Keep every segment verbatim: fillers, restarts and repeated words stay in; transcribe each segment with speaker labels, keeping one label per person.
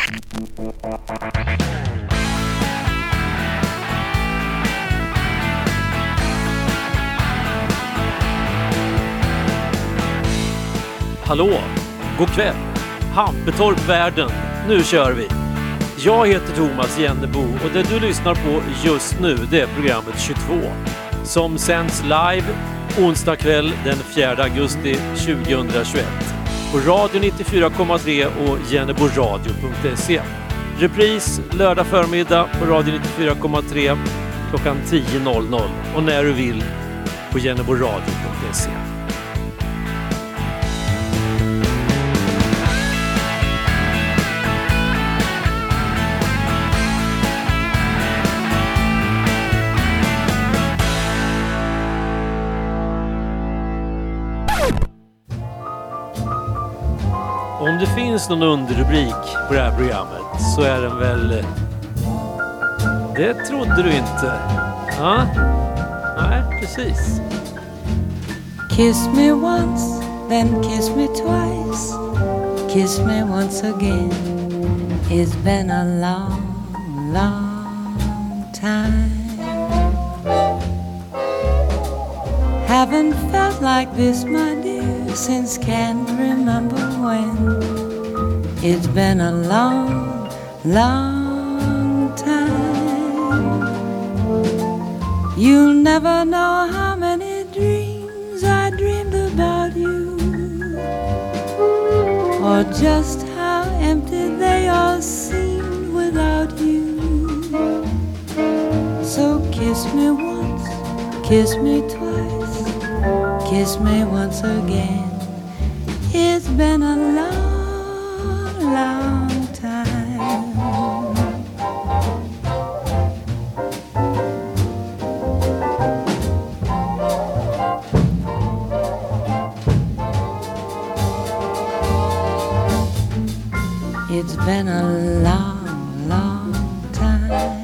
Speaker 1: Hallå, god kväll, Hampetorp världen, nu kör vi. Jag heter Thomas Jennebo och det du lyssnar på just nu det är programmet tjugotvå som sänds live onsdag kväll den fjärde augusti tjugohundratjugoett på Radio nittiofyra komma tre och jenneboradio punkt se. Repris lördag förmiddag på Radio nittiofyra komma tre klockan tio och när du vill på jenneboradio punkt se. Om det finns någon underrubrik på det här programmet så är den väl... Det trodde du inte. Ja? Nej, precis.
Speaker 2: Kiss me once, then kiss me twice. Kiss me once again. It's been a long, long time. Haven't felt like this, my dear, since can't remember when. It's been a long, long time. You'll never know how many dreams I dreamed about you, or just how empty they all seemed without you. So kiss me once, kiss me twice, kiss me once again. It's been a long, long time. It's been a long, long time.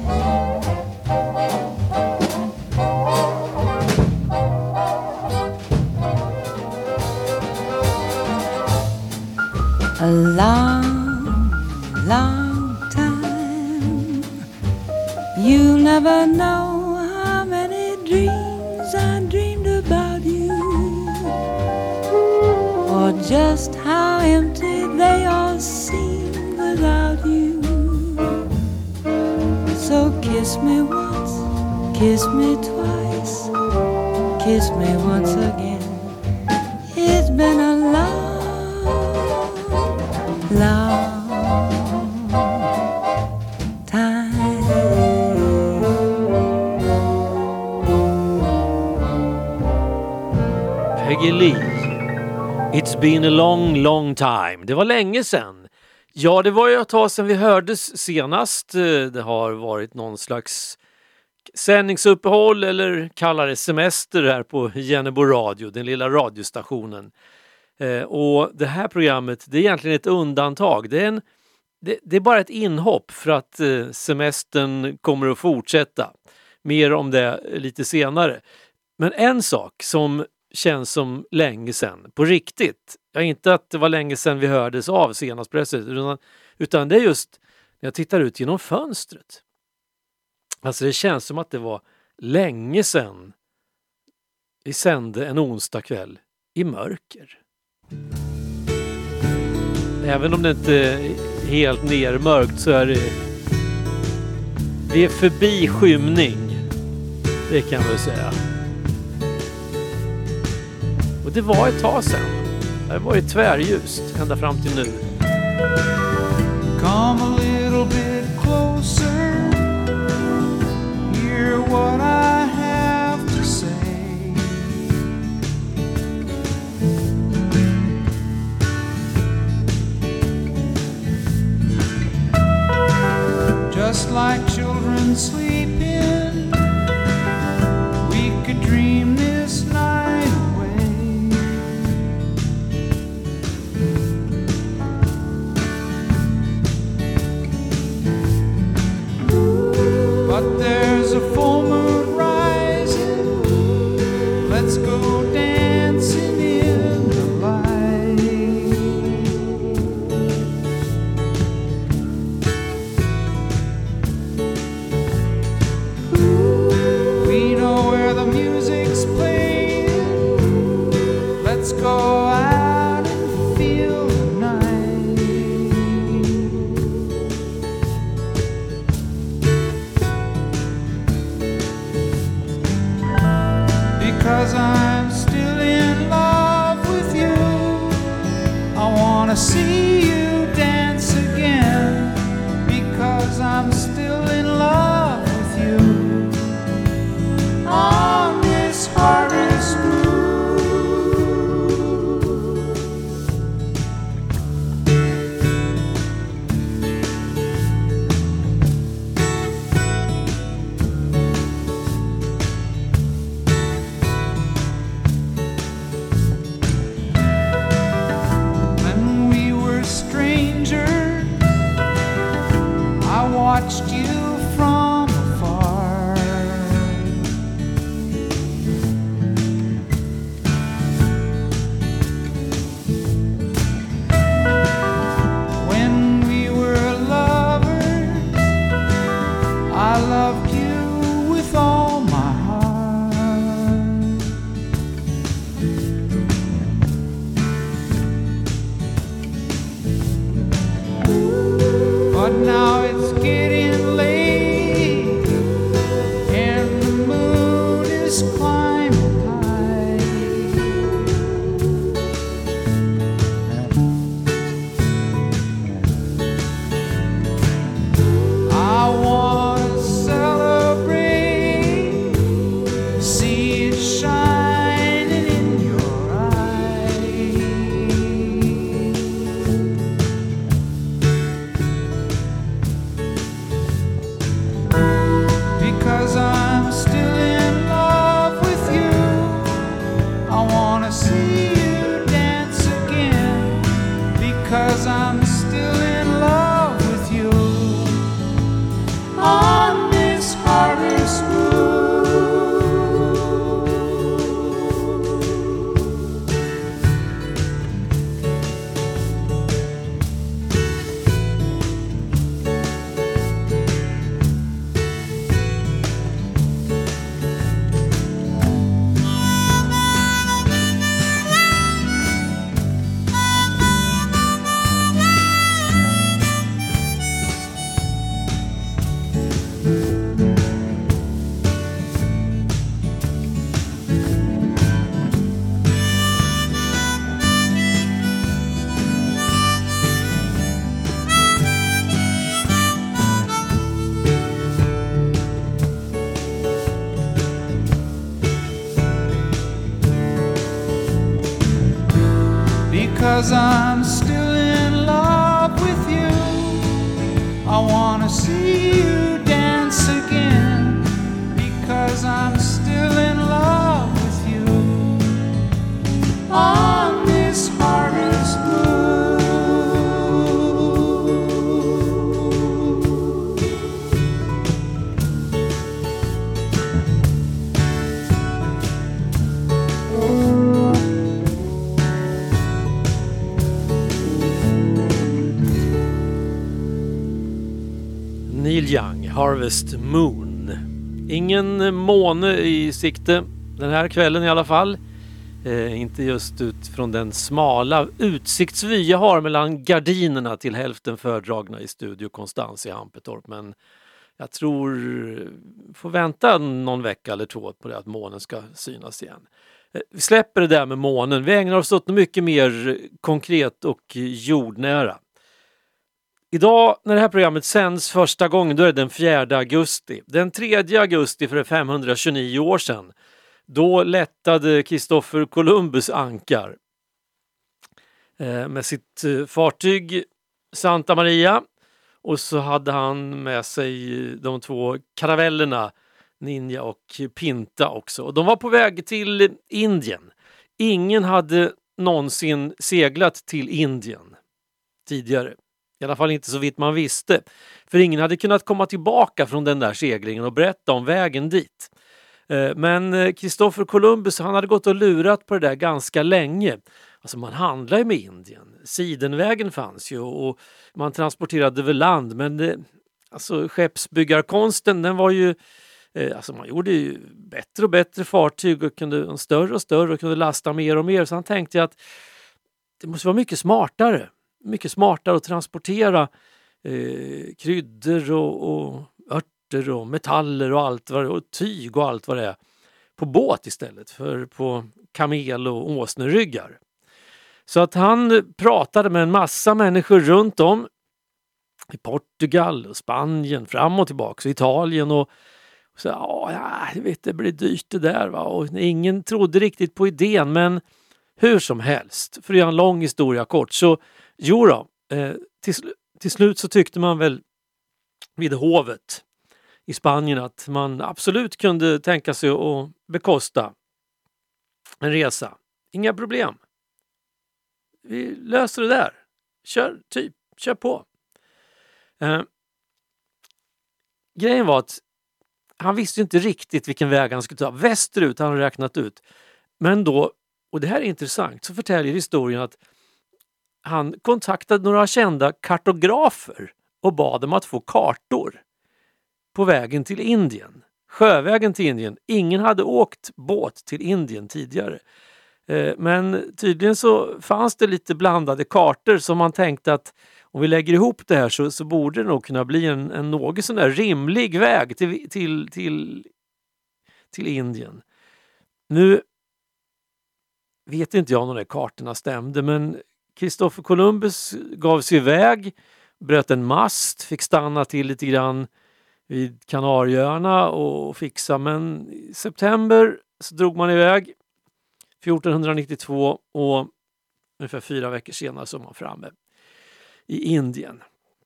Speaker 2: A long, long time. You'll never know how many dreams I dreamed about you, or just how empty they all seem without you. So kiss me once, kiss me twice, kiss me once again. It's been a long, long time.
Speaker 1: Peggy Lee. It's been a long, long time. Det var länge sedan. Ja, det var ju ett tag sedan vi hördes senast. Det har varit någon slags sändningsuppehåll eller kallare semester här på Jennebo Radio, den lilla radiostationen. Eh, och det här programmet, det är egentligen ett undantag. Det är, en, det, det är bara ett inhopp för att eh, semestern kommer att fortsätta. Mer om det lite senare. Men en sak som känns som länge sedan, på riktigt. Ja, inte att det var länge sedan vi hördes av senast presset, utan, utan det är just när jag tittar ut genom fönstret. Alltså det känns som att det var länge sedan vi sände en onsdag kväll i mörker. Även om det inte är helt nermörkt så är det, det är förbi skymning. Det kan man säga. Och det var ett tag sedan. Det var ju tvärljust ända fram till nu.
Speaker 3: Come a little bit closer. Hear what I have to say. Just like children sleeping, we could dream this night away. But there's a full moon rising. Let's go dancing in the light. Now it's getting late and the moon is climbing high. I want to celebrate, see it shining in your eyes. Because I'm still in love with you, I want to see you dance again. Because I'm still in love with you on this harvest moon. Because I'm still in love with you, I want to see you dance again. Because I'm still in love with you on this harvest moon.
Speaker 1: Neil Young, Harvest Moon. Ingen måne i sikte den här kvällen i alla fall. Eh, inte just utifrån den smala utsiktsvy jag har mellan gardinerna till hälften fördragna i Studio Konstans i Hampetorp. Men jag tror får vänta någon vecka eller två på det att månen ska synas igen. Eh, vi släpper det där med månen. Vi ägnar oss åt något mycket mer konkret och jordnära. Idag när det här programmet sänds första gången, då är det den fjärde augusti. Den tredje augusti för femhundratjugonio år sedan, då lättade Kristoffer Columbus ankar eh, med sitt eh, fartyg Santa Maria. Och så hade han med sig de två karavellerna Ninja och Pinta också. Och de var på väg till Indien. Ingen hade någonsin seglat till Indien tidigare. I alla fall inte så vitt man visste. För ingen hade kunnat komma tillbaka från den där seglingen och berätta om vägen dit. Men Kristoffer Columbus, han hade gått och lurat på det där ganska länge. Alltså man handlar ju med Indien. Sidenvägen fanns ju och man transporterade över land. Men det, alltså skeppsbyggarkonsten, den var ju... Alltså man gjorde ju bättre och bättre fartyg och kunde större och större och kunde lasta mer och mer. Så han tänkte att det måste vara mycket smartare. Mycket smartare att transportera eh, kryddor och, och örter och metaller och allt vad det, och tyg och allt vad det är på båt istället för på kamel och åsneryggar. Så att han pratade med en massa människor runt om i Portugal och Spanien, fram och tillbaka, så Italien och så ja, jag vet det blir dyrt det där va, och ingen trodde riktigt på idén, men hur som helst, för att göra en lång historia kort, så jo då, eh, till, till slut så tyckte man väl vid hovet i Spanien att man absolut kunde tänka sig att bekosta en resa. Inga problem. Vi löser det där. Kör, typ, kör på. Eh, grejen var att han visste inte riktigt vilken väg han skulle ta. Västerut han räknat ut. Men då, och det här är intressant, så förtäljer historien att han kontaktade några kända kartografer och bad dem att få kartor på vägen till Indien. Sjövägen till Indien. Ingen hade åkt båt till Indien tidigare. Eh, men tydligen så fanns det lite blandade kartor som man tänkte att om vi lägger ihop det här så, så borde det nog kunna bli en, en något sån där rimlig väg till, till, till, till Indien. Nu vet inte jag om de där kartorna stämde, men Kristoffer Columbus gav sig iväg, bröt en mast, fick stanna till lite grann vid Kanarieöarna och fixa, men i september så drog man iväg fjortonhundranittiotvå och ungefär fyra veckor senare så var man framme i Indien.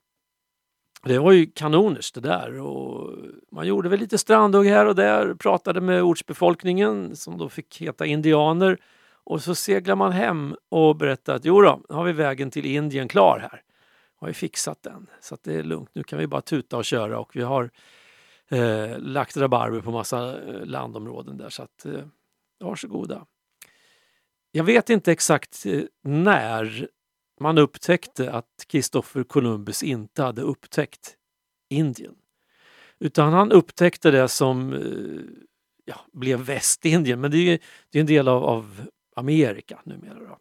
Speaker 1: Det var ju kanoners det där, och man gjorde väl lite strandhugg här och där, pratade med ortsbefolkningen som då fick heta indianer, och så seglar man hem och berättade att jo då, har vi vägen till Indien klar här. Har vi fixat den, så att det är lugnt. Nu kan vi bara tuta och köra, och vi har eh, lagt rabarber på massa eh, landområden där, så att eh, varsågoda. Jag vet inte exakt eh, när man upptäckte att Kristoffer Columbus inte hade upptäckt Indien. Utan han upptäckte det som eh, ja, blev Västindien, men det är ju det är en del av, av Amerika numera då.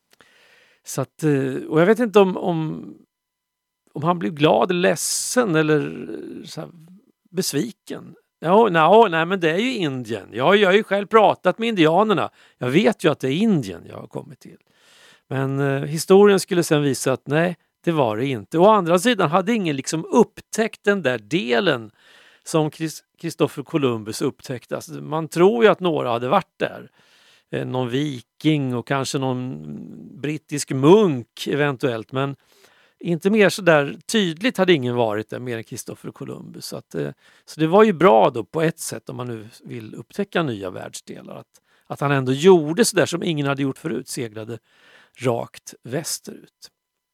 Speaker 1: Så att, eh, och jag vet inte om, om om han blev glad eller ledsen eller så här, besviken. Ja, no, nej, men det är ju Indien. Jag, jag har ju själv pratat med indianerna. Jag vet ju att det är Indien jag har kommit till. Men eh, historien skulle sen visa att nej, det var det inte. Å andra sidan hade ingen liksom upptäckt den där delen som Kristoffer Columbus upptäckte. Alltså, man tror ju att några hade varit där. Eh, någon viking och kanske någon brittisk munk eventuellt, men inte mer så där tydligt hade ingen varit där mer än Kristoffer Columbus. Så, att, så det var ju bra då på ett sätt, om man nu vill upptäcka nya världsdelar. Att, att han ändå gjorde så där som ingen hade gjort förut, seglade rakt västerut.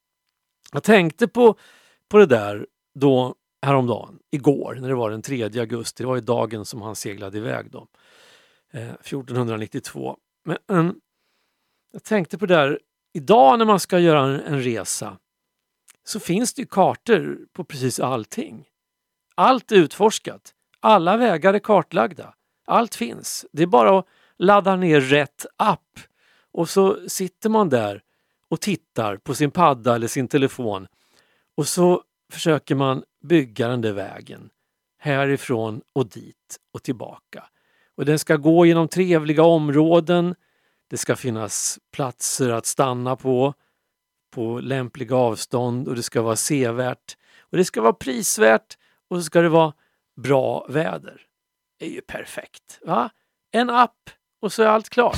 Speaker 1: Jag tänkte på, på det där då häromdagen, igår, när det var den tredje augusti. Det var ju dagen som han seglade iväg då, eh, fjortonhundranittiotvå. Men eh, jag tänkte på det där, idag när man ska göra en, en resa så finns det ju kartor på precis allting. Allt är utforskat. Alla vägar är kartlagda. Allt finns. Det är bara att ladda ner rätt app. Och så sitter man där och tittar på sin padda eller sin telefon. Och så försöker man bygga den där vägen. Härifrån och dit och tillbaka. Och den ska gå genom trevliga områden. Det ska finnas platser att stanna på. På lämpliga avstånd, och det ska vara sevärt och det ska vara prisvärt, och så ska det vara bra väder. Det är ju perfekt, va? En app och så är allt klart.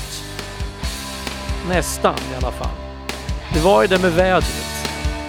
Speaker 1: Nästan i alla fall. Det var ju det med vädret.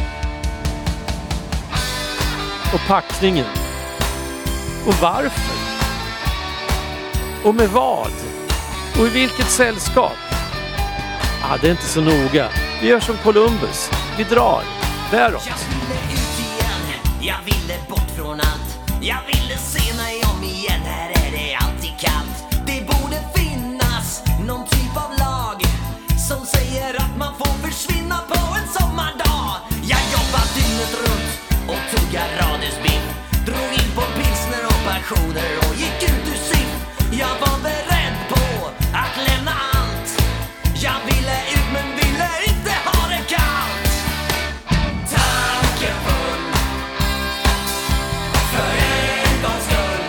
Speaker 1: Och packningen. Och varför? Och med vad? Och i vilket sällskap? Ah, det är inte så noga. Vi gör som Columbus. Vi drar. Däråt.
Speaker 4: Jag ville ut igen. Jag ville bort från allt. Jag ville se mig om igen. Här är det alltid kallt. Det borde finnas någon typ av lag som säger att man får försvinna på en sommardag. Jag jobbade dygnet runt och tog radisbiff. Drog in på pilsner och passioner och gick ut ur siff. Jag var beredd på att lämna allt. Jag ville ut men ville inte ha det kallt. Tankefull, för en gångs skull.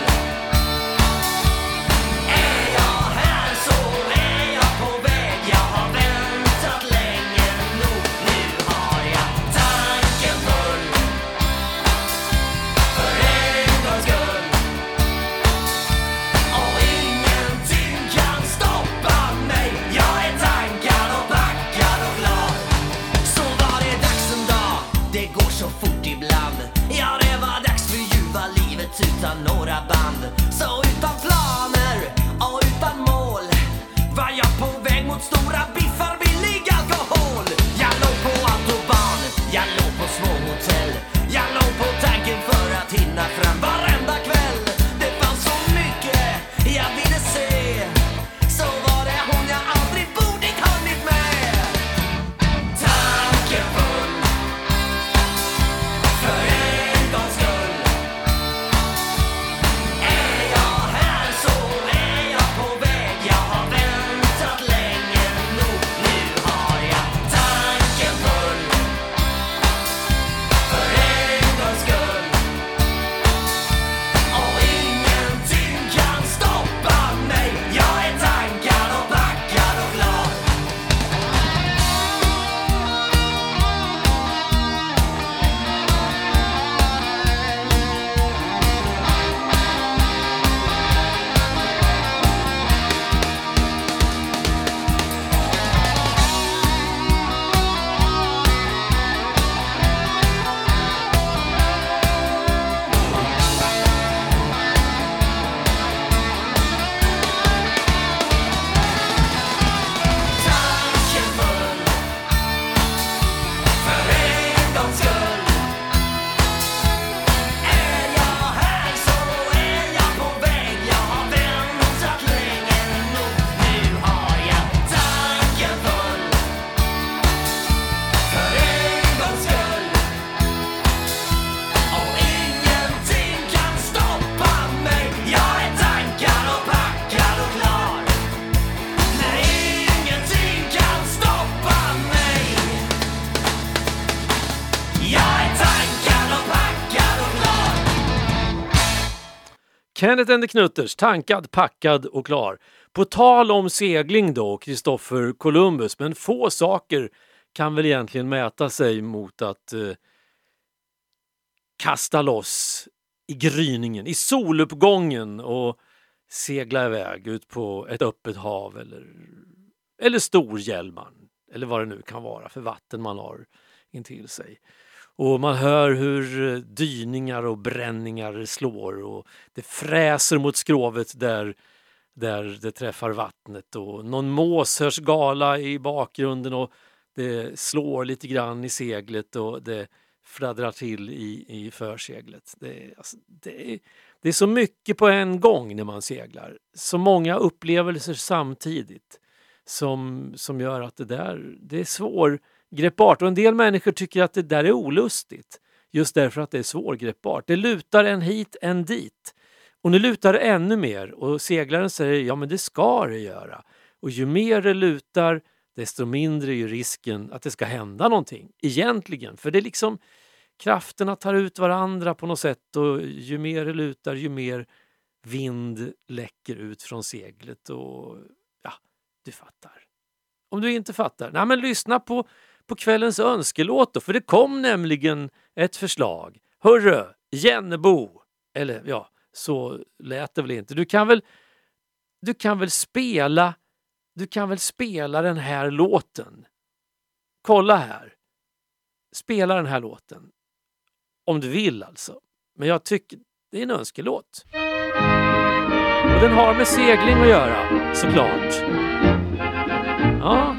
Speaker 4: Är jag här så är jag på väg. Jag har väntat länge nog. Nu har jag tanken full, för en gångs skull. Och ingenting kan stoppa mig. Jag är tankad och packad och glad. Så var det dags en dag. Det går så fort ibland. Ja, det var dags för ljuva livet utan några band. Så utan planer och utan mål var jag på väg mot stora biffar, billig alkohol. Jag låg på autobahn, jag låg på små hotell. Jag låg på tanken för att hinna fram varenda kväll. Det fanns så mycket jag ville se. Så var det hon jag aldrig borde hunnit med. Tankefull, för en gångs skull. Är jag här så är jag på väg. Jag har väntat länge nog.
Speaker 1: Kenneth and the Knutters, tankad, packad och klar. På tal om segling då, Christopher Columbus, men få saker kan väl egentligen mäta sig mot att eh, kasta loss i gryningen, i soluppgången och segla iväg ut på ett öppet hav eller, eller Storhjälman eller vad det nu kan vara för vatten man har intill sig. Och man hör hur dyningar och bränningar slår och det fräser mot skrovet där, där det träffar vattnet och någon mås hörs gala i bakgrunden och det slår lite grann i seglet och det fladdrar till i, i förseglet. Det är, alltså, det, är, det är så mycket på en gång när man seglar. Så många upplevelser samtidigt som, som gör att det där det är svårgreppbart. Och en del människor tycker att det där är olustigt just därför att det är svårgreppbart. Det lutar en hit, en dit. Och nu lutar det ännu mer och seglaren säger ja men det ska det göra. Och ju mer det lutar desto mindre är ju risken att det ska hända någonting egentligen. För det är liksom krafterna tar ut varandra på något sätt och ju mer det lutar ju mer vind läcker ut från seglet och ja, du fattar. Om du inte fattar, nej men lyssna på, på kvällens önskelåt då, för det kom nämligen ett förslag. Hörru, Jennebo, eller ja, så lät det väl inte. Du kan väl, du kan väl spela Du kan väl spela den här låten. Kolla här. Spela den här låten. Om du vill alltså. Men jag tycker det är en önskelåt. Och den har med segling att göra, såklart. Ja.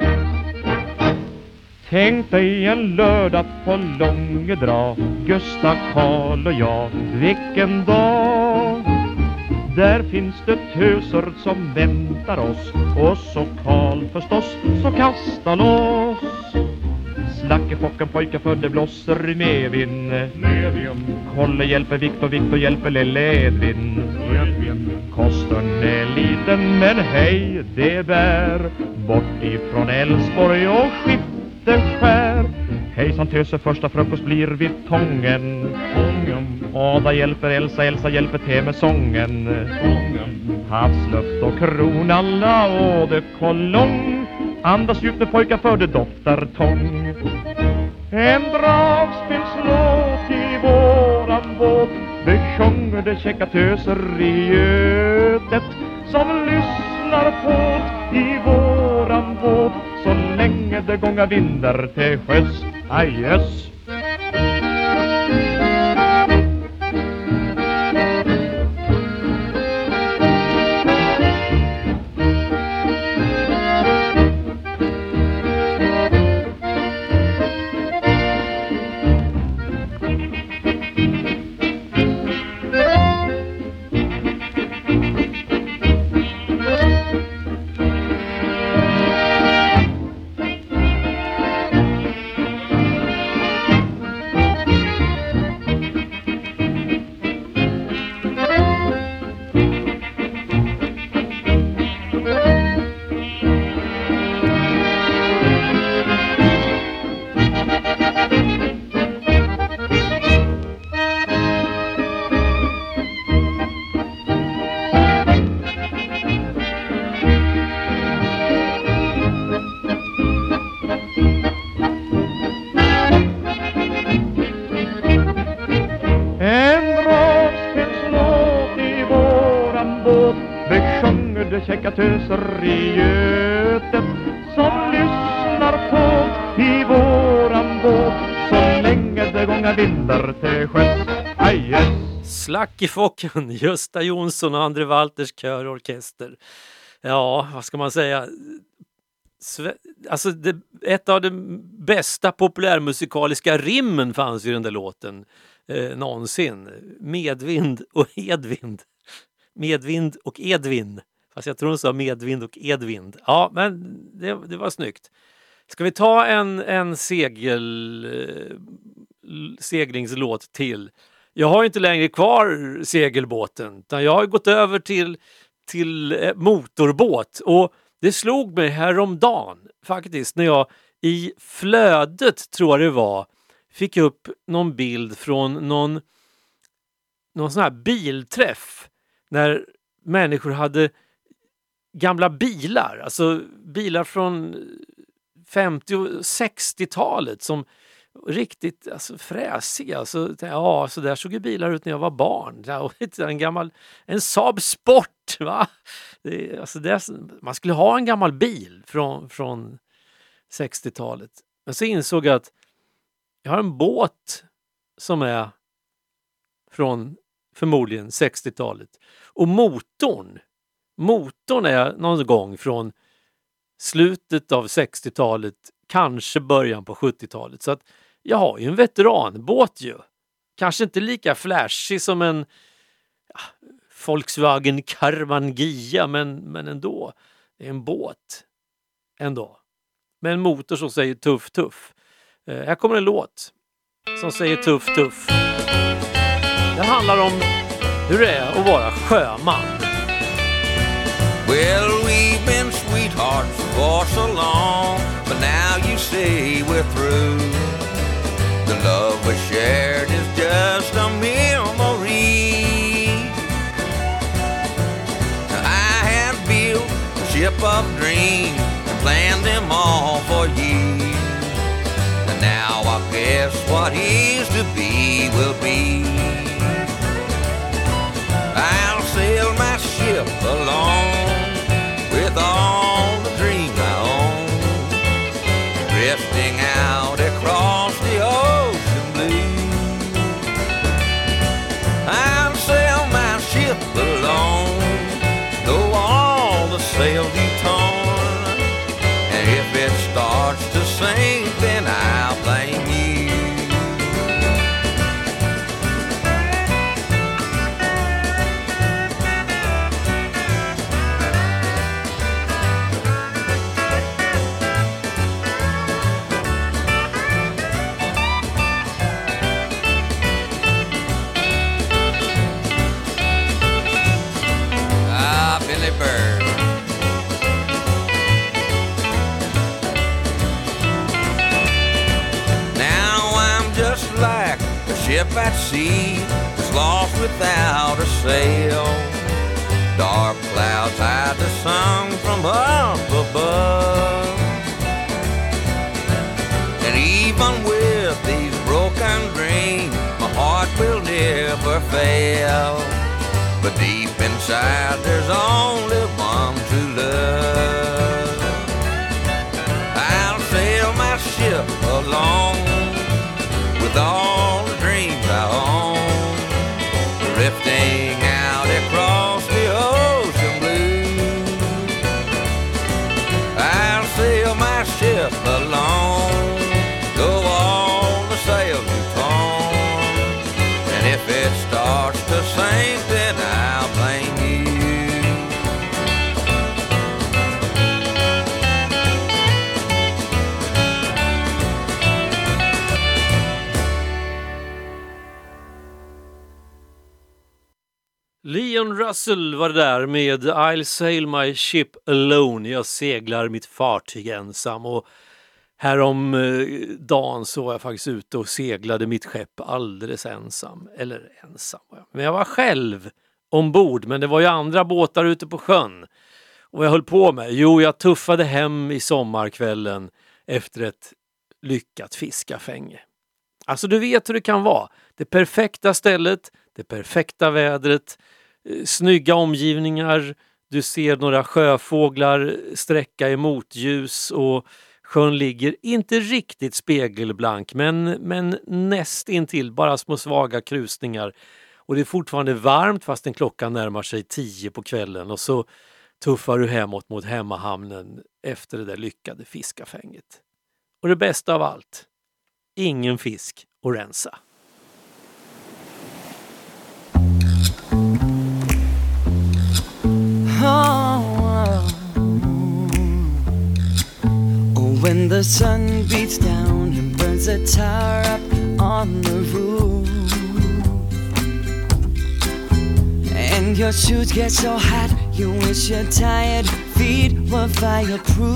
Speaker 5: Tänk dig en lördag på Långedra, Gustav, Karl och jag, vilken dag. Där finns det töser som väntar oss, och så Karl förstås, så kasta loss. Slackefocken pojkar för det blåser i medvind. Medvind. Kolle hjälper Viktor, Viktor hjälper Lille Edvin. Edvin. Kostern är liten men hej, det bär bort ifrån Älvsborg och Skifterskär. Hejsan töser, första frukost blir vid Tången. Tången. Ada hjälper Elsa, Elsa hjälper te med sången. Sången. Havsluft och kron alla och det kolong. Andas djupt med pojkar för det doftar tång. En dragspelslåt i våran båt, det sjunger det käcka töser i Götet som lyssnar på i våran båt så länge det gångar vindar till sjöss. Ajöss. Töser i Götet som lyssnar på i våran båt så länge det gångar vindar till sjöss. Ajes.
Speaker 1: Slackefocken, Gösta Jonsson och Andre Walters körorkester. Ja, vad ska man säga? Sve- alltså det, ett av de bästa populärmusikaliska rimmen fanns i den där låten eh, någonsin. Medvind och Edvind. Medvind och Edvin. Fast jag tror hon sa medvind och edvind. Ja, men det, det var snyggt. Ska vi ta en, en segel, seglingslåt till? Jag har inte längre kvar segelbåten. Utan jag har gått över till, till motorbåt. Och det slog mig häromdagen faktiskt när jag i flödet, tror jag det var, fick upp någon bild från någon någon sån här bilträff när människor hade gamla bilar, alltså bilar från femtio- och sextiotalet som riktigt alltså, fräsiga. Alltså, ja, så där såg ju bilar ut när jag var barn. Ja, en gammal en Saab Sport, va? Det, alltså, det, man skulle ha en gammal bil från, från sextiotalet. Men så insåg jag att jag har en båt som är från förmodligen sextiotalet. Och motorn, motorn är någon gång från slutet av sextiotalet, kanske början på sjuttiotalet. Så att jag har ju en veteranbåt ju. Kanske inte lika flashig som en ja, Volkswagen Caravan Gia, men, men ändå. Det är en båt ändå. Med en motor som säger tuff, tuff. Eh, här kommer en låt som säger tuff, tuff. Det handlar om hur det är att vara sjöman.
Speaker 6: Well, we've been sweethearts for so long, but now you say we're through. The love we shared is just a memory. I have built a ship of dreams and planned them all for years. And now I guess what is to be will be. I'll sail my ship along with all the dreams I own, drifting out across the ocean blue. I'll sail my ship alone, though all the sails be torn, and if it starts to sink, then I'll blame you. Ship at sea is lost without a sail. Dark clouds hide the sun from up above. And even with these broken dreams, my heart will never fail. But deep inside there's only one true love. I'll sail my ship along with all the dreams I own, drifting out across the ocean blue. I'll sail my ship alone, though all the sails are torn, and if it starts to sink, then I'll blame you.
Speaker 1: Leon Russell var det där med I'll sail my ship alone. Jag seglar mitt fartyg ensam. Och härom dagen så var jag faktiskt ute och seglade mitt skepp alldeles ensam. Eller ensam. Men jag var själv ombord. Men det var ju andra båtar ute på sjön. Och jag höll på med. Jo, jag tuffade hem i sommarkvällen efter ett lyckat fiskafänge. Alltså du vet hur det kan vara. Det perfekta stället, det perfekta vädret, snygga omgivningar, du ser några sjöfåglar sträcka i motljus och sjön ligger inte riktigt spegelblank men, men näst intill, bara små svaga krusningar. Och det är fortfarande varmt fast den klockan närmar sig tio på kvällen och så tuffar du hemåt mot hemmahamnen efter det där lyckade fiskafänget. Och det bästa av allt, ingen fisk att rensa.
Speaker 2: Oh, when the sun beats down and burns a tar up on the roof, and your shoes get so hot you wish your tired feet were fireproof.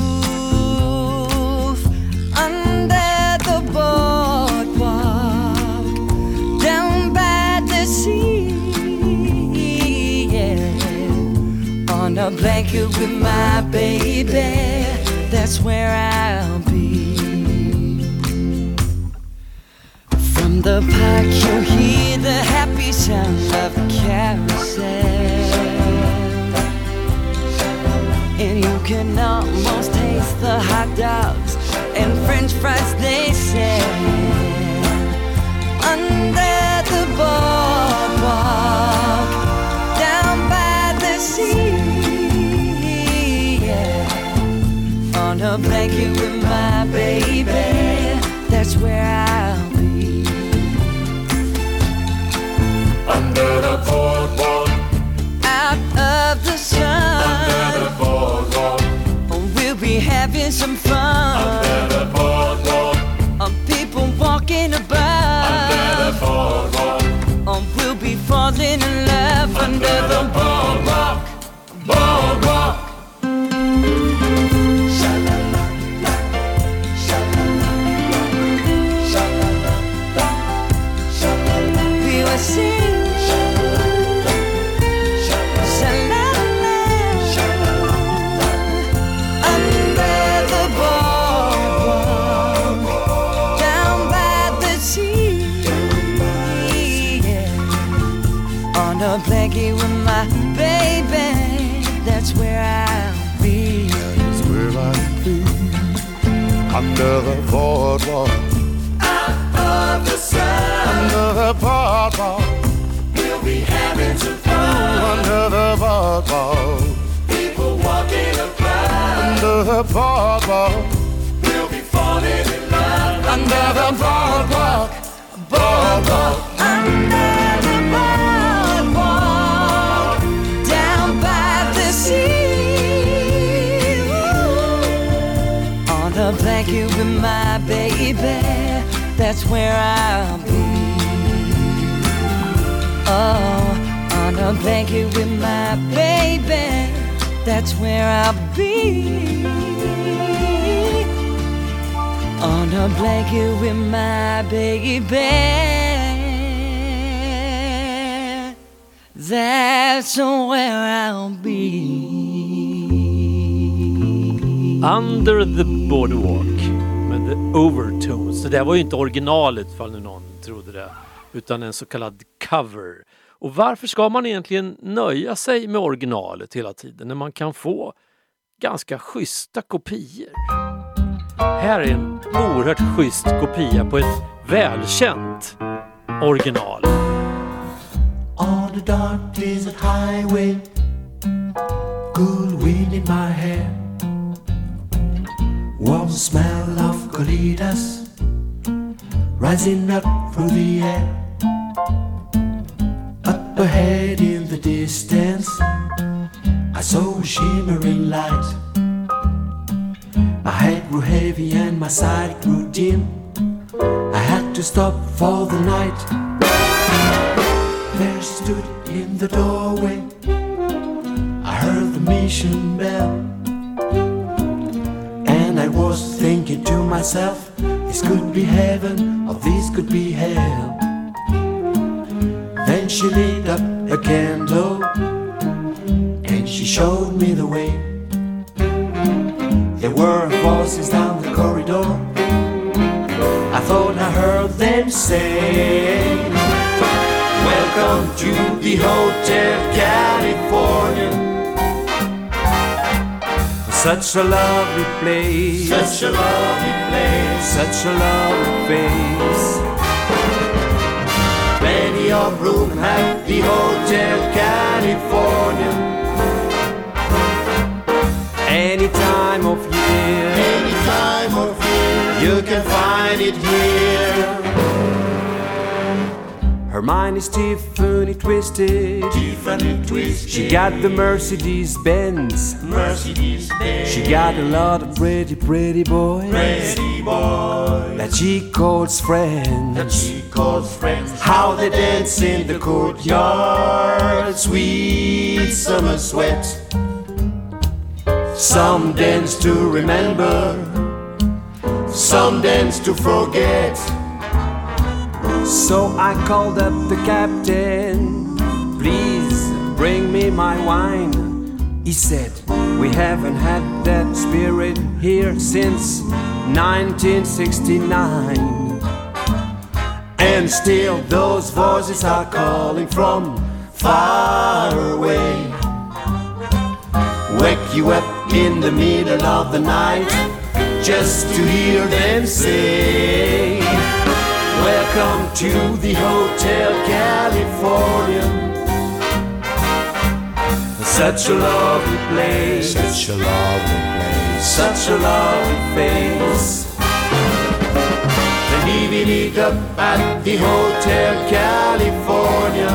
Speaker 2: Under the boardwalk, down by the sea, blanket with my baby, that's where I'll be. From the park you'll hear the happy sound of the carousel, and you can almost taste the hot dogs and french fries they sell under the boardwalk down by the sea, yeah. On a blanket with my baby, that's where I'll be.
Speaker 7: Under the boardwalk,
Speaker 2: Out of the sun,
Speaker 7: under the boardwalk,
Speaker 2: we'll be having some fun.
Speaker 7: under the boardwalk,
Speaker 2: Of people walking about,
Speaker 7: under the boardwalk,
Speaker 2: oh, we'll be falling in love under,
Speaker 7: under
Speaker 2: the
Speaker 7: the boardwalk, boardwalk.
Speaker 2: we will sing. Sha-la-la. Under the boardwalk, down by the sea, yeah. On a blanket with my baby, that's where I'll be.
Speaker 7: That's where I'll be. Under the boardwalk,
Speaker 2: Of the sun,
Speaker 7: under the boardwalk,
Speaker 2: we'll be having some fun.
Speaker 7: under the boardwalk,
Speaker 2: People walking about,
Speaker 7: under the boardwalk,
Speaker 2: we'll be falling in love
Speaker 7: under the boardwalk, boardwalk.
Speaker 2: under the boardwalk, down by the sea. Ooh. On a blanket with my baby, that's where I'll be. Oh, on a blanket with my baby, that's where I'll be. On a blanket with my baby, that's where I'll be.
Speaker 1: Under the Boardwalk med The Overtones. Det där var ju inte originalet, fall nu någon trodde det, utan en så kallad cover. Och varför ska man egentligen nöja sig med originalet hela tiden när man kan få ganska schyssta kopior? Här är en oerhört schysst kopia på ett välkänt original.
Speaker 8: On the dark desert highway, cool wind in my hair, warm smell of colitas rising up through the air. Up ahead in the distance, I saw a shimmering light. My head grew heavy and my sight grew dim. I had to stop for the night. There stood in the doorway, I heard the mission bell, and I was thinking to myself, this could be heaven or this could be hell. Then she lit up a candle and she showed me the way. There were voices down the corridor, I thought I heard them say, welcome to the Hotel California. Such a lovely place, such a lovely place, such a lovely face. Plenty of room at the Hotel California. Any time of year, any time of year, you can find it here. Her mind is Tiffany twisted, Tiffany twisted. She got the Mercedes Benz, Mercedes Benz. She got a lot of pretty, pretty boys, pretty boys that she calls friends, that she calls friends. How they dance in the courtyard, sweet summer sweat. Some dance to remember, some dance to forget. So I called up the captain, please bring me my wine. He said, we haven't had that spirit here since nineteen sixty-nine. And still those voices are calling from far away. Wake you up in the middle of the night just to hear them say, welcome to the Hotel California. Such a lovely place,
Speaker 7: Such a lovely place.
Speaker 8: such a lovely face. Then leave it up at the Hotel California.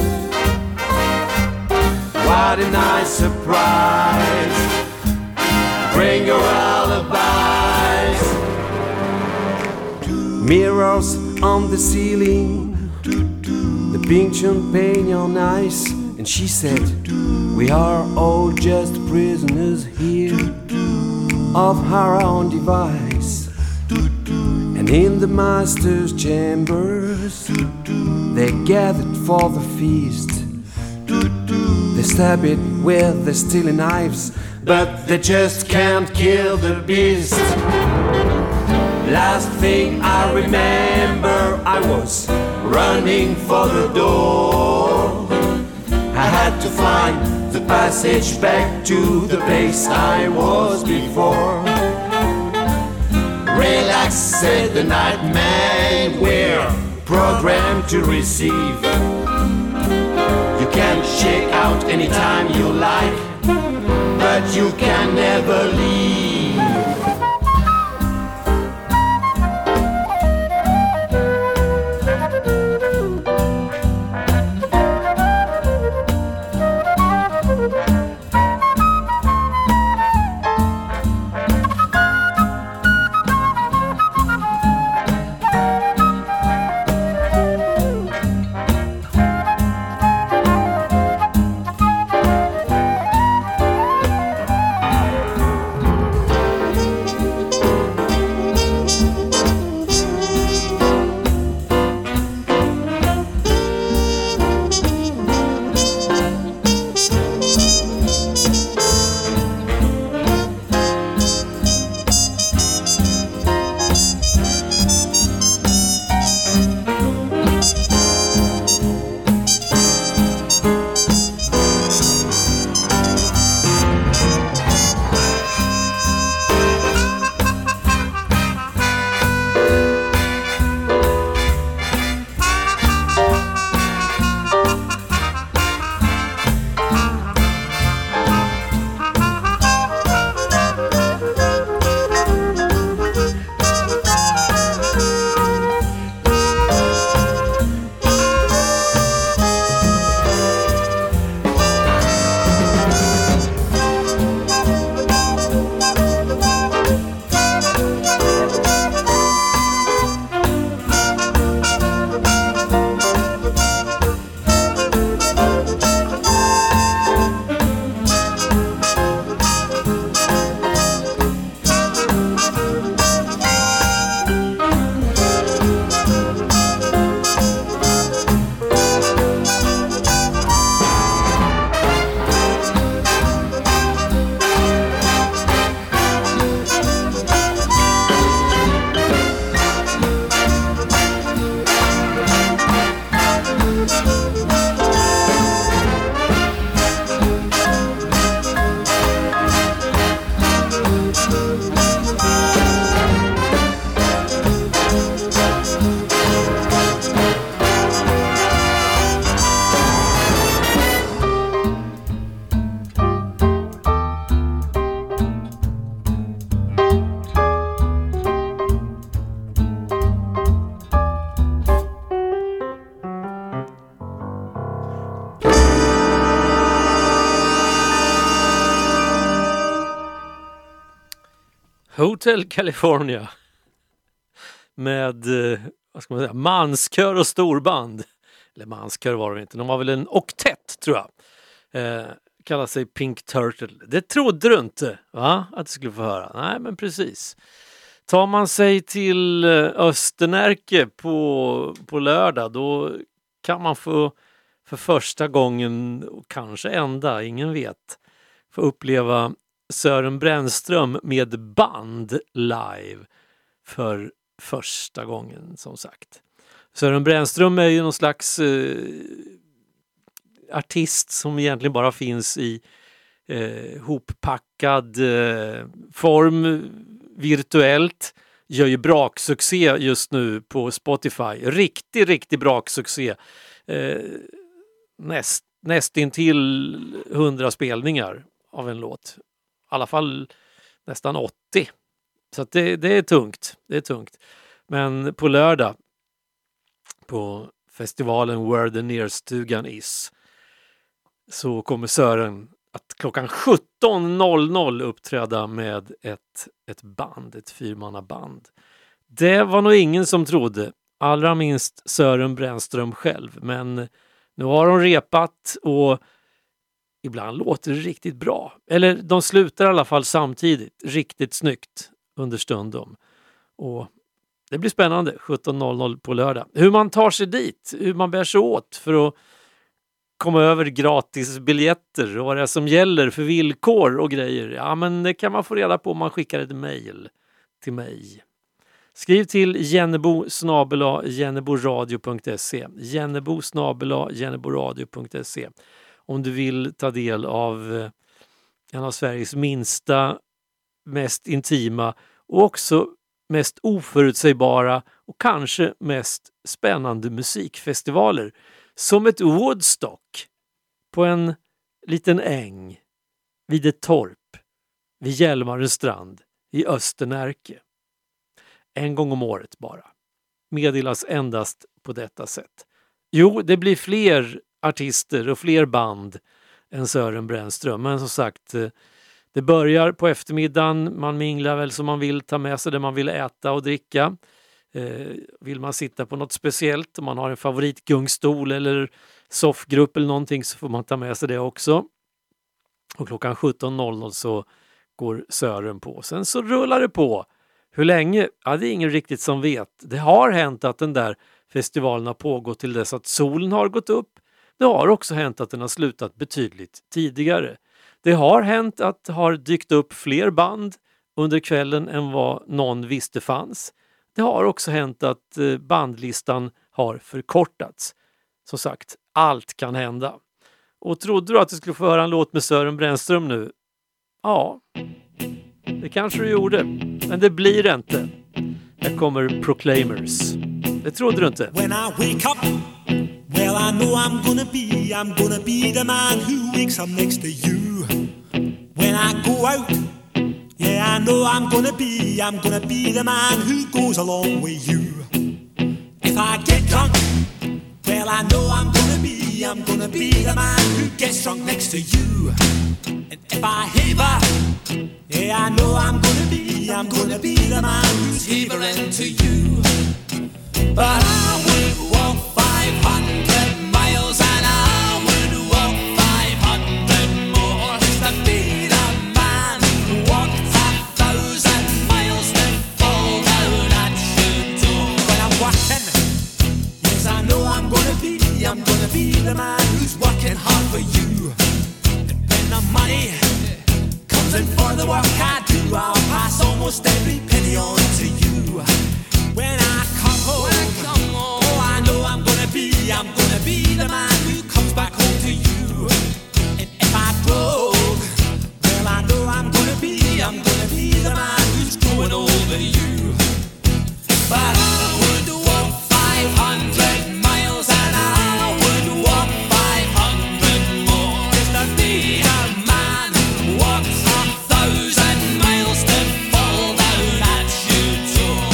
Speaker 8: What a nice surprise. Bring your alibis. Mirrors on the ceiling, the pink champagne on ice. And she said, we are all just prisoners here of our own device. And in the master's chambers they gathered for the feast. They stab it with their steely knives, but they just can't kill the beast. Last thing I remember, I was running for the door. I had to find the passage back to the place I was before. Relax, said the night man, we're programmed to receive. You can check out anytime you like, but you can never leave.
Speaker 1: Hotel California med, vad ska man säga, manskör och storband. Eller manskör var de inte, de var väl en oktett tror jag. Eh, kallar sig Pink Turtle. Det trodde du inte, va? Att du skulle få höra. Nej, men precis. Tar man sig till Östernärke på, på lördag, då kan man få för första gången, och kanske ända, ingen vet, få uppleva Sören Brännström med band live för första gången, som sagt. Sören Brännström är ju någon slags eh, artist som egentligen bara finns i eh, hoppackad eh, form virtuellt. Gör ju braksuccé just nu på Spotify. Riktig, riktig braksuccé. Eh, näst, nästintill hundra spelningar av en låt. I alla fall nästan åttio. Så att det, det är tungt. Det är tungt. Men på lördag på festivalen Where the Nerstugan Is så kommer Sören att klockan sjutton noll noll uppträda med ett, ett band, ett fyrmannaband. Det var nog ingen som trodde, allra minst Sören Brännström själv. Men nu har de repat och ibland låter det riktigt bra. Eller de slutar i alla fall samtidigt, riktigt snyggt understundom. Och det blir spännande, sjutton noll noll på lördag. Hur man tar sig dit, hur man bär sig åt för att komma över gratisbiljetter och vad det är som gäller för villkor och grejer. Ja, men det kan man få reda på om man skickar ett mejl till mig. Skriv till jennebo snabel-a jenneboradio punkt se jennebo snabel-a jenneboradio punkt se om du vill ta del av en av Sveriges minsta, mest intima och också mest oförutsägbara och kanske mest spännande musikfestivaler. Som ett Woodstock på en liten äng vid ett torp vid Hjälmarens strand i Östernärke. En gång om året bara. Meddelas endast på detta sätt. Jo, det blir fler artister och fler band än Sören Brännström. Men som sagt, det börjar på eftermiddagen. Man minglar väl som man vill, ta med sig det man vill äta och dricka. Eh, vill man sitta på något speciellt, om man har en favoritgungstol eller soffgrupp eller någonting, så får man ta med sig det också. Och klockan sjutton noll noll så går Sören på. Sen så rullar det på. Hur länge? Ja, det är ingen riktigt som vet. Det har hänt att den där festivalen har pågått till dess att solen har gått upp. Det har också hänt att den har slutat betydligt tidigare. Det har hänt att det har dykt upp fler band under kvällen än vad någon visste fanns. Det har också hänt att bandlistan har förkortats. Som sagt, allt kan hända. Och trodde du att du skulle få höra en låt med Sören Brännström nu? Ja, det kanske du gjorde. Men det blir det inte. Här kommer Proclaimers. Det trodde du inte.
Speaker 9: When I wake up, well I know I'm gonna be, I'm gonna be the man who wakes up next to you. When I go out, yeah, I know I'm gonna be, I'm gonna be the man who goes along with you. If I get drunk, well, I know I'm gonna be, I'm gonna be the man who gets drunk next to you. And if I haver, yeah, I know I'm gonna be, I'm gonna be the man who's havering to you. But I would walk five hundred miles and I would walk five hundred more just to be the man who walked a thousand miles to fall down at your door. When I'm walking, yes, I know I'm gonna be, I'm gonna be the man who's working hard for you. And when the money comes in for the work I do, I'll pass almost every penny on to you. When I come home, when I come home, oh, I know I'm gonna be, I'm gonna be the man who comes back home to you. And if I broke, well, I know I'm gonna be, I'm gonna be the man who's going over you. But I would walk five hundred miles and I would walk five hundred more just to be a man who walks a thousand miles to fall down at your door.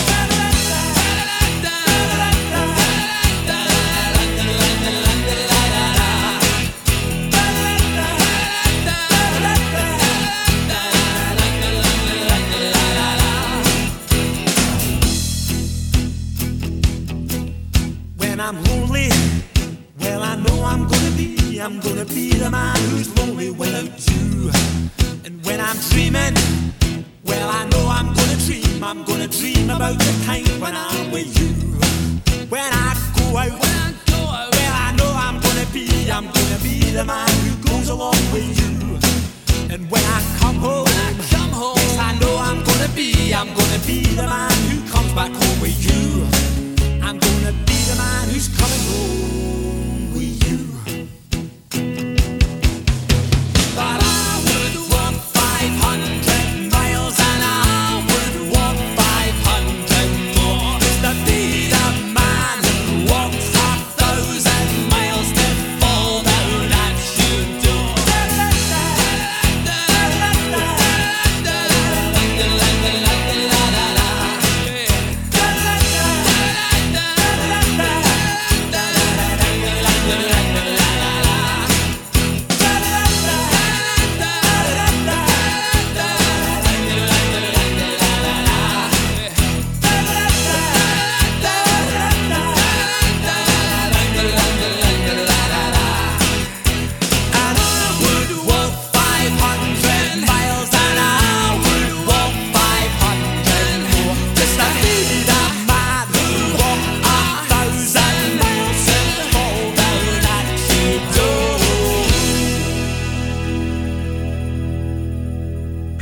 Speaker 9: When I'm lonely, well, I know I'm gonna be, I'm gonna be the man who's lonely without you. And when I'm dreaming, well, I know I'm gonna dream, I'm gonna dream about the time when I'm with you. When I go out, when I go out, well, I know I'm gonna be, I'm gonna be the man who goes along with you. And when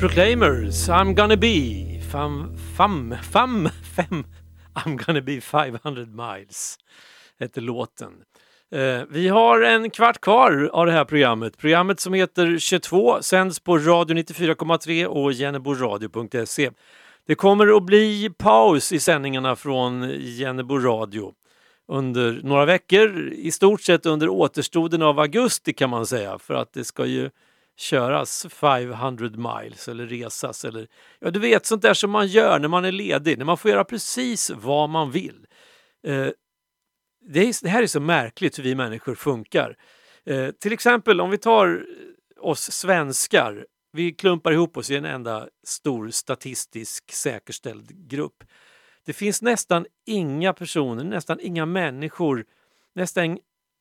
Speaker 1: Proclaimers, I'm gonna be fam, fam, fam, fem, I'm gonna be five hundred miles heter låten. Eh, vi har en kvart kvar av det här programmet. Programmet som heter tjugotvå sänds på Radio nittiofyra komma tre och jenneboradio punkt se. Det kommer att bli paus i sändningarna från Jennebo Radio under några veckor, i stort sett under återstoden av augusti kan man säga, för att det ska ju köras femhundra miles eller resas eller, ja du vet sånt där som man gör när man är ledig, när man får göra precis vad man vill. Eh, det, är, det här är så märkligt hur vi människor funkar. Eh, till exempel om vi tar oss svenskar, vi klumpar ihop oss i en enda stor statistisk säkerställd grupp. Det finns nästan inga personer, nästan inga människor, nästan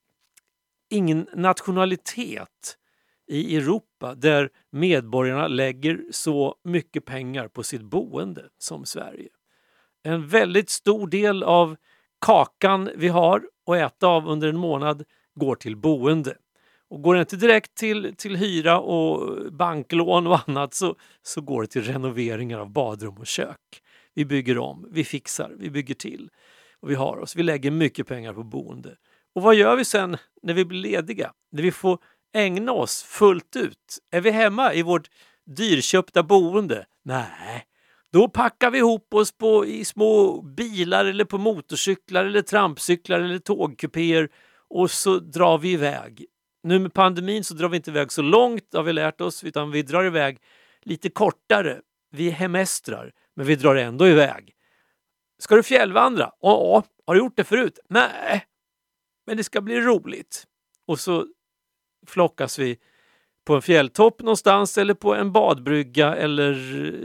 Speaker 1: ingen nationalitet i Europa där medborgarna lägger så mycket pengar på sitt boende som Sverige. En väldigt stor del av kakan vi har att äta av under en månad går till boende. Och går det inte direkt till, till hyra och banklån och annat så, så går det till renoveringar av badrum och kök. Vi bygger om, vi fixar, vi bygger till och vi har oss. Vi lägger mycket pengar på boende. Och vad gör vi sen när vi blir lediga? När vi får ägna oss fullt ut? Är vi hemma i vårt dyrköpta boende? Nej, då packar vi ihop oss på, i små bilar eller på motorcyklar eller trampcyklar eller tågkupéer och så drar vi iväg. Nu med pandemin så drar vi inte iväg så långt har vi lärt oss, utan vi drar iväg lite kortare. Vi hemestrar, men vi drar ändå iväg. Ska du fjällvandra? Ja, har du gjort det förut? Nej, men det ska bli roligt. Och så flockas vi på en fjälltopp någonstans eller på en badbrygga eller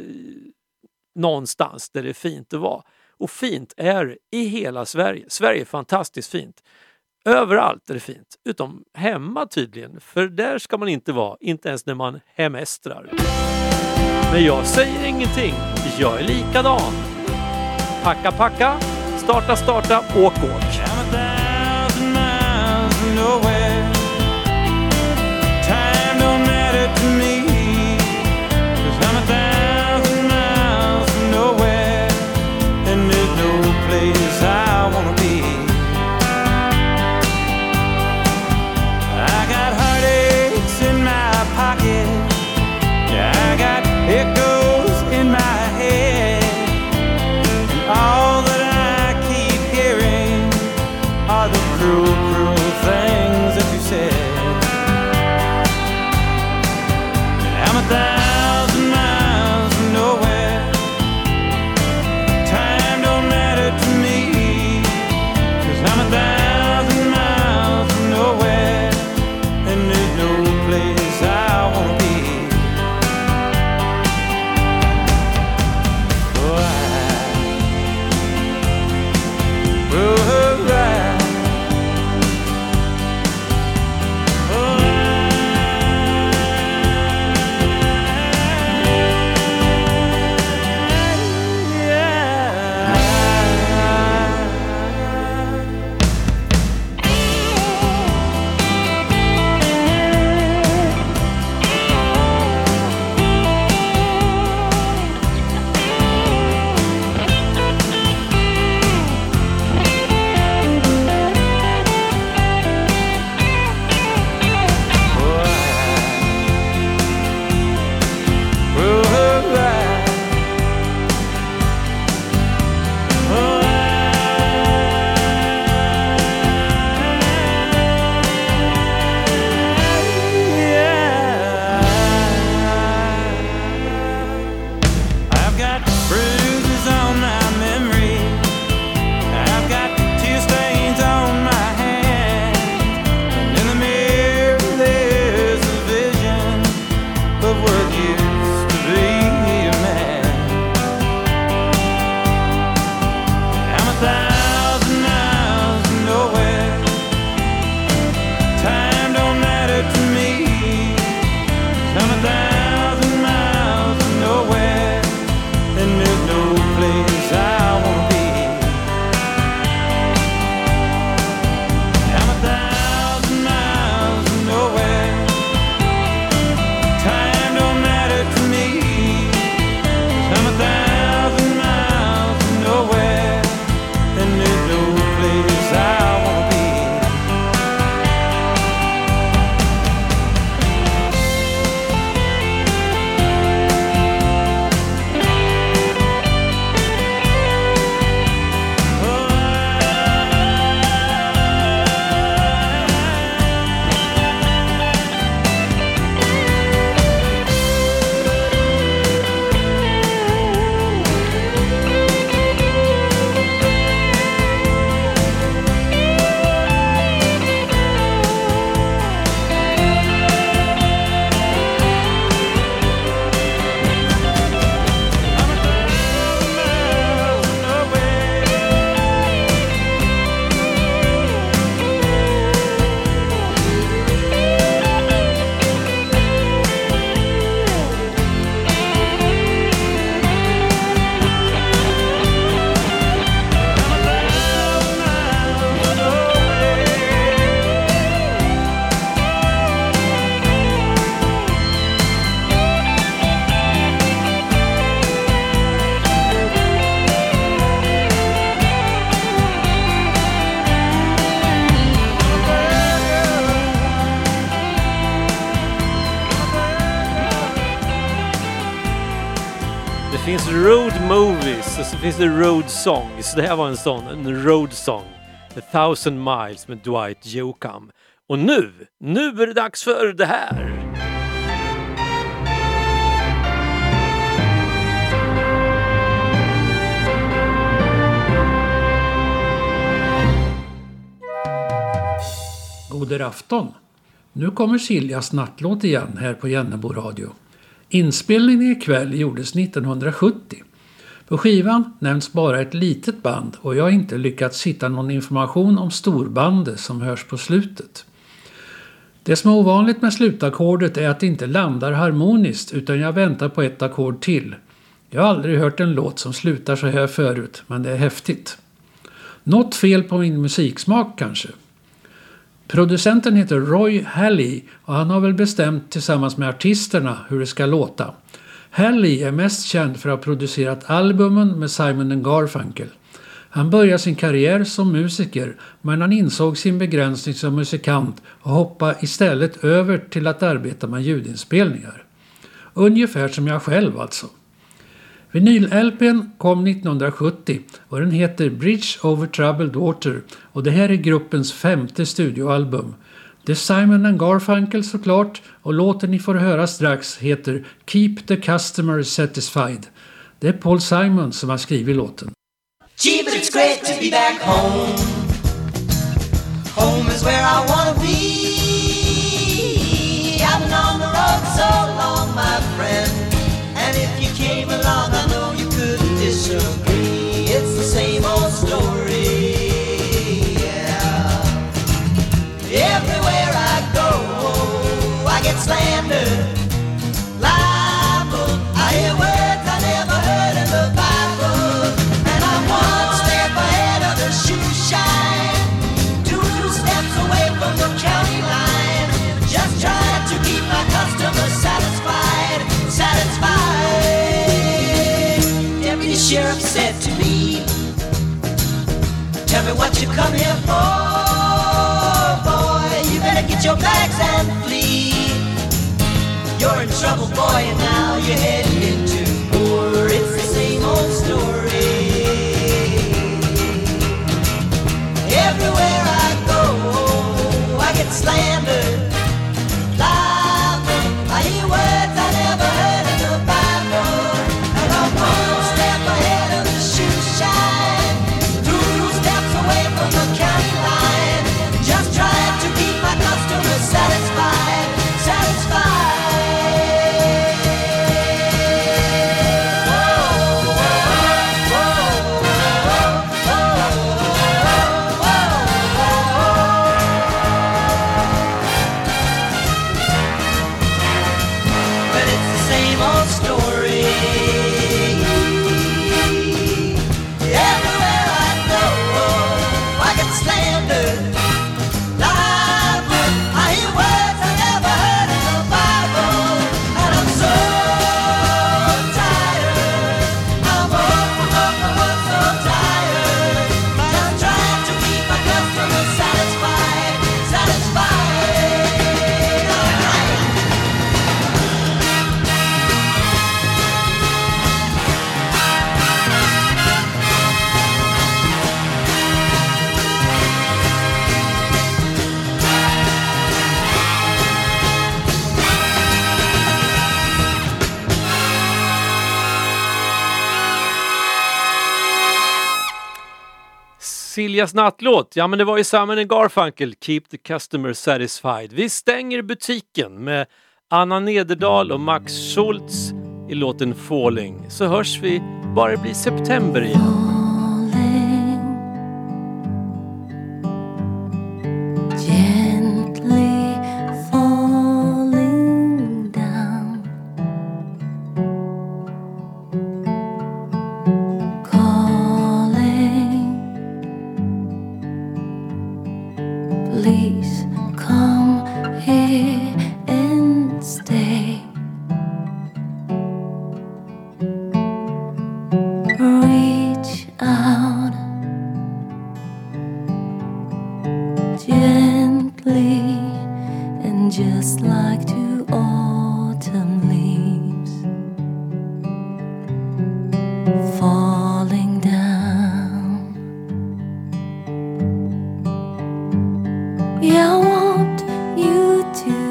Speaker 1: någonstans där det är fint att vara. Och fint är det i hela Sverige. Sverige är fantastiskt fint. Överallt är det fint, utom hemma tydligen. För där ska man inte vara, inte ens när man hemestrar. Men jag säger ingenting, jag är likadan. Packa, packa, starta, starta, åk, åk. finns road movies och så finns det road songs. Det här var en sån, en road song. A thousand miles med Dwight Yoakam. Och nu, nu är det dags för det här.
Speaker 10: God afton. Nu kommer Siljas nattlåt igen här på Jennebo radio. Inspelningen ikväll gjordes nittonhundrasjuttio. På skivan nämns bara ett litet band och jag har inte lyckats hitta någon information om storbandet som hörs på slutet. Det som är ovanligt med slutackordet är att det inte landar harmoniskt utan jag väntar på ett ackord till. Jag har aldrig hört en låt som slutar så här förut, men det är häftigt. Något fel på min musiksmak kanske. Producenten heter Roy Halley och han har väl bestämt tillsammans med artisterna hur det ska låta. Halley är mest känd för att ha producerat albumen med Simon and Garfunkel. Han började sin karriär som musiker men han insåg sin begränsning som musikant och hoppade istället över till att arbeta med ljudinspelningar. Ungefär som jag själv alltså. Vinyl-L P:n kom nittonhundrasjuttio och den heter Bridge over Troubled Water och det här är gruppens femte studioalbum. Det är Simon and Garfunkel såklart och låten ni får höra strax heter Keep the Customer Satisfied. Det är Paul Simon som har skrivit låten.
Speaker 4: Gee, but it's great to be back home. Home is where I wanna be. I've been on the road so long, my friend. And if you came along, I know you couldn't disagree. It's the same old story, yeah. Everywhere I go, I get slandered, libeled. I hear words I never heard in the Bible. And I'm one step ahead of the shoe shine, two steps away from the county line. Just trying to keep my customers satisfied, satisfied. Deputy Sheriff said to me, tell me what you come here for, boy. You better get your bags and flee. You're in trouble, boy, and now you're heading into war. It's the same old story. Everywhere I go, I get slandered, libeled. I hear words I never heard in the Bible. And I'm one step ahead of the shoe shine, two steps away from the county line. Just trying to keep my customers satisfied, satisfied.
Speaker 1: Siljas nattlåt, ja men det var ju Simon and Garfunkel, Keep the Customer Satisfied. Vi stänger butiken med Anna Nederdal och Max Schultz i låten Falling. Så hörs vi bara det blir september igen.
Speaker 2: Please come here and stay. Reach out gently, and just like two autumn leaves,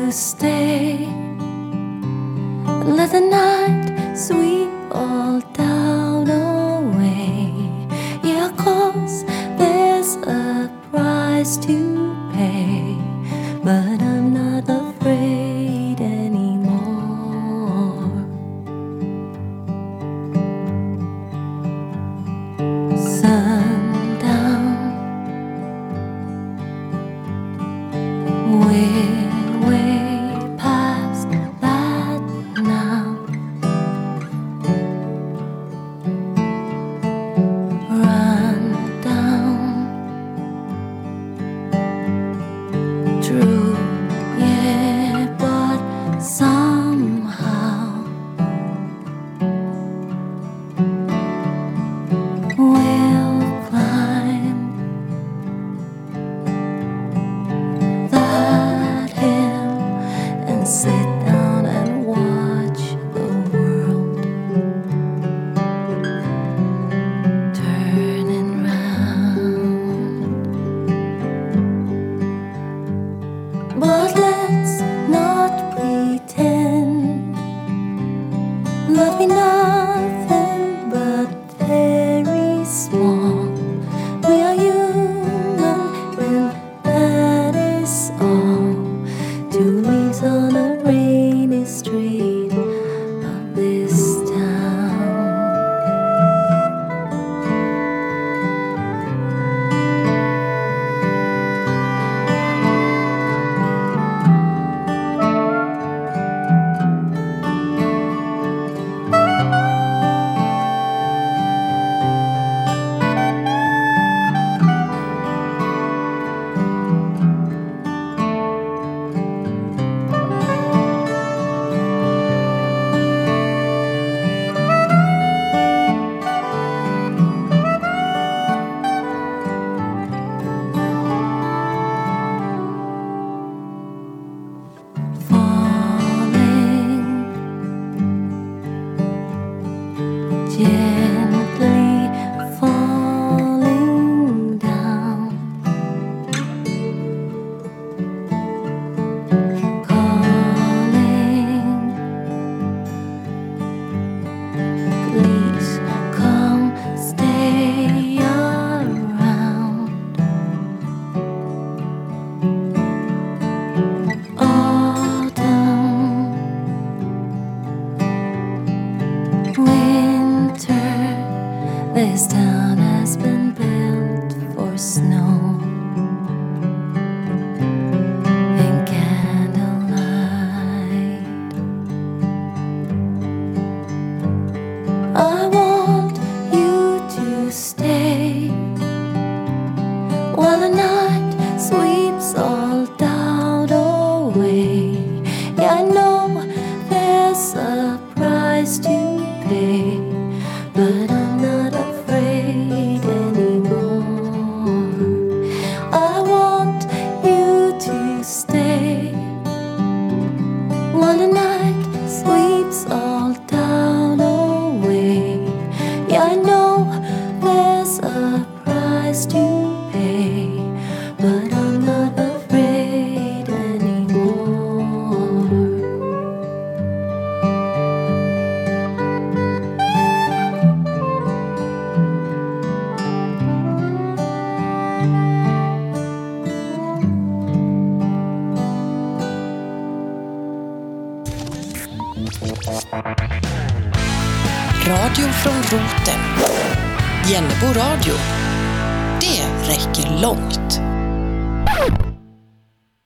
Speaker 2: to stay. Let the night sweep all down away. Yeah, 'cause there's a price to pay, but I'm not afraid anymore. Sundown, we're way past that now. Run down, true, yeah, but somehow we'll climb that hill and sit down and watch the world turning round. But let's not pretend that we're nothing but very small. We are human, and that is all. Two leaves on a rainy street of this town. Falling gently, falling down, calling, please come stay around. Autumn, winter, this town has been built for snow and candlelight. I want you to stay while the night sweeps all down away. Yeah, I know there's a price to pay, but I'm not afraid anymore. I want you to stay while the night sweeps all down away. Yeah, I know there's a price to pay, but I'm not afraid anymore.
Speaker 11: Radio från roten. Jennebo radio. Det räcker långt.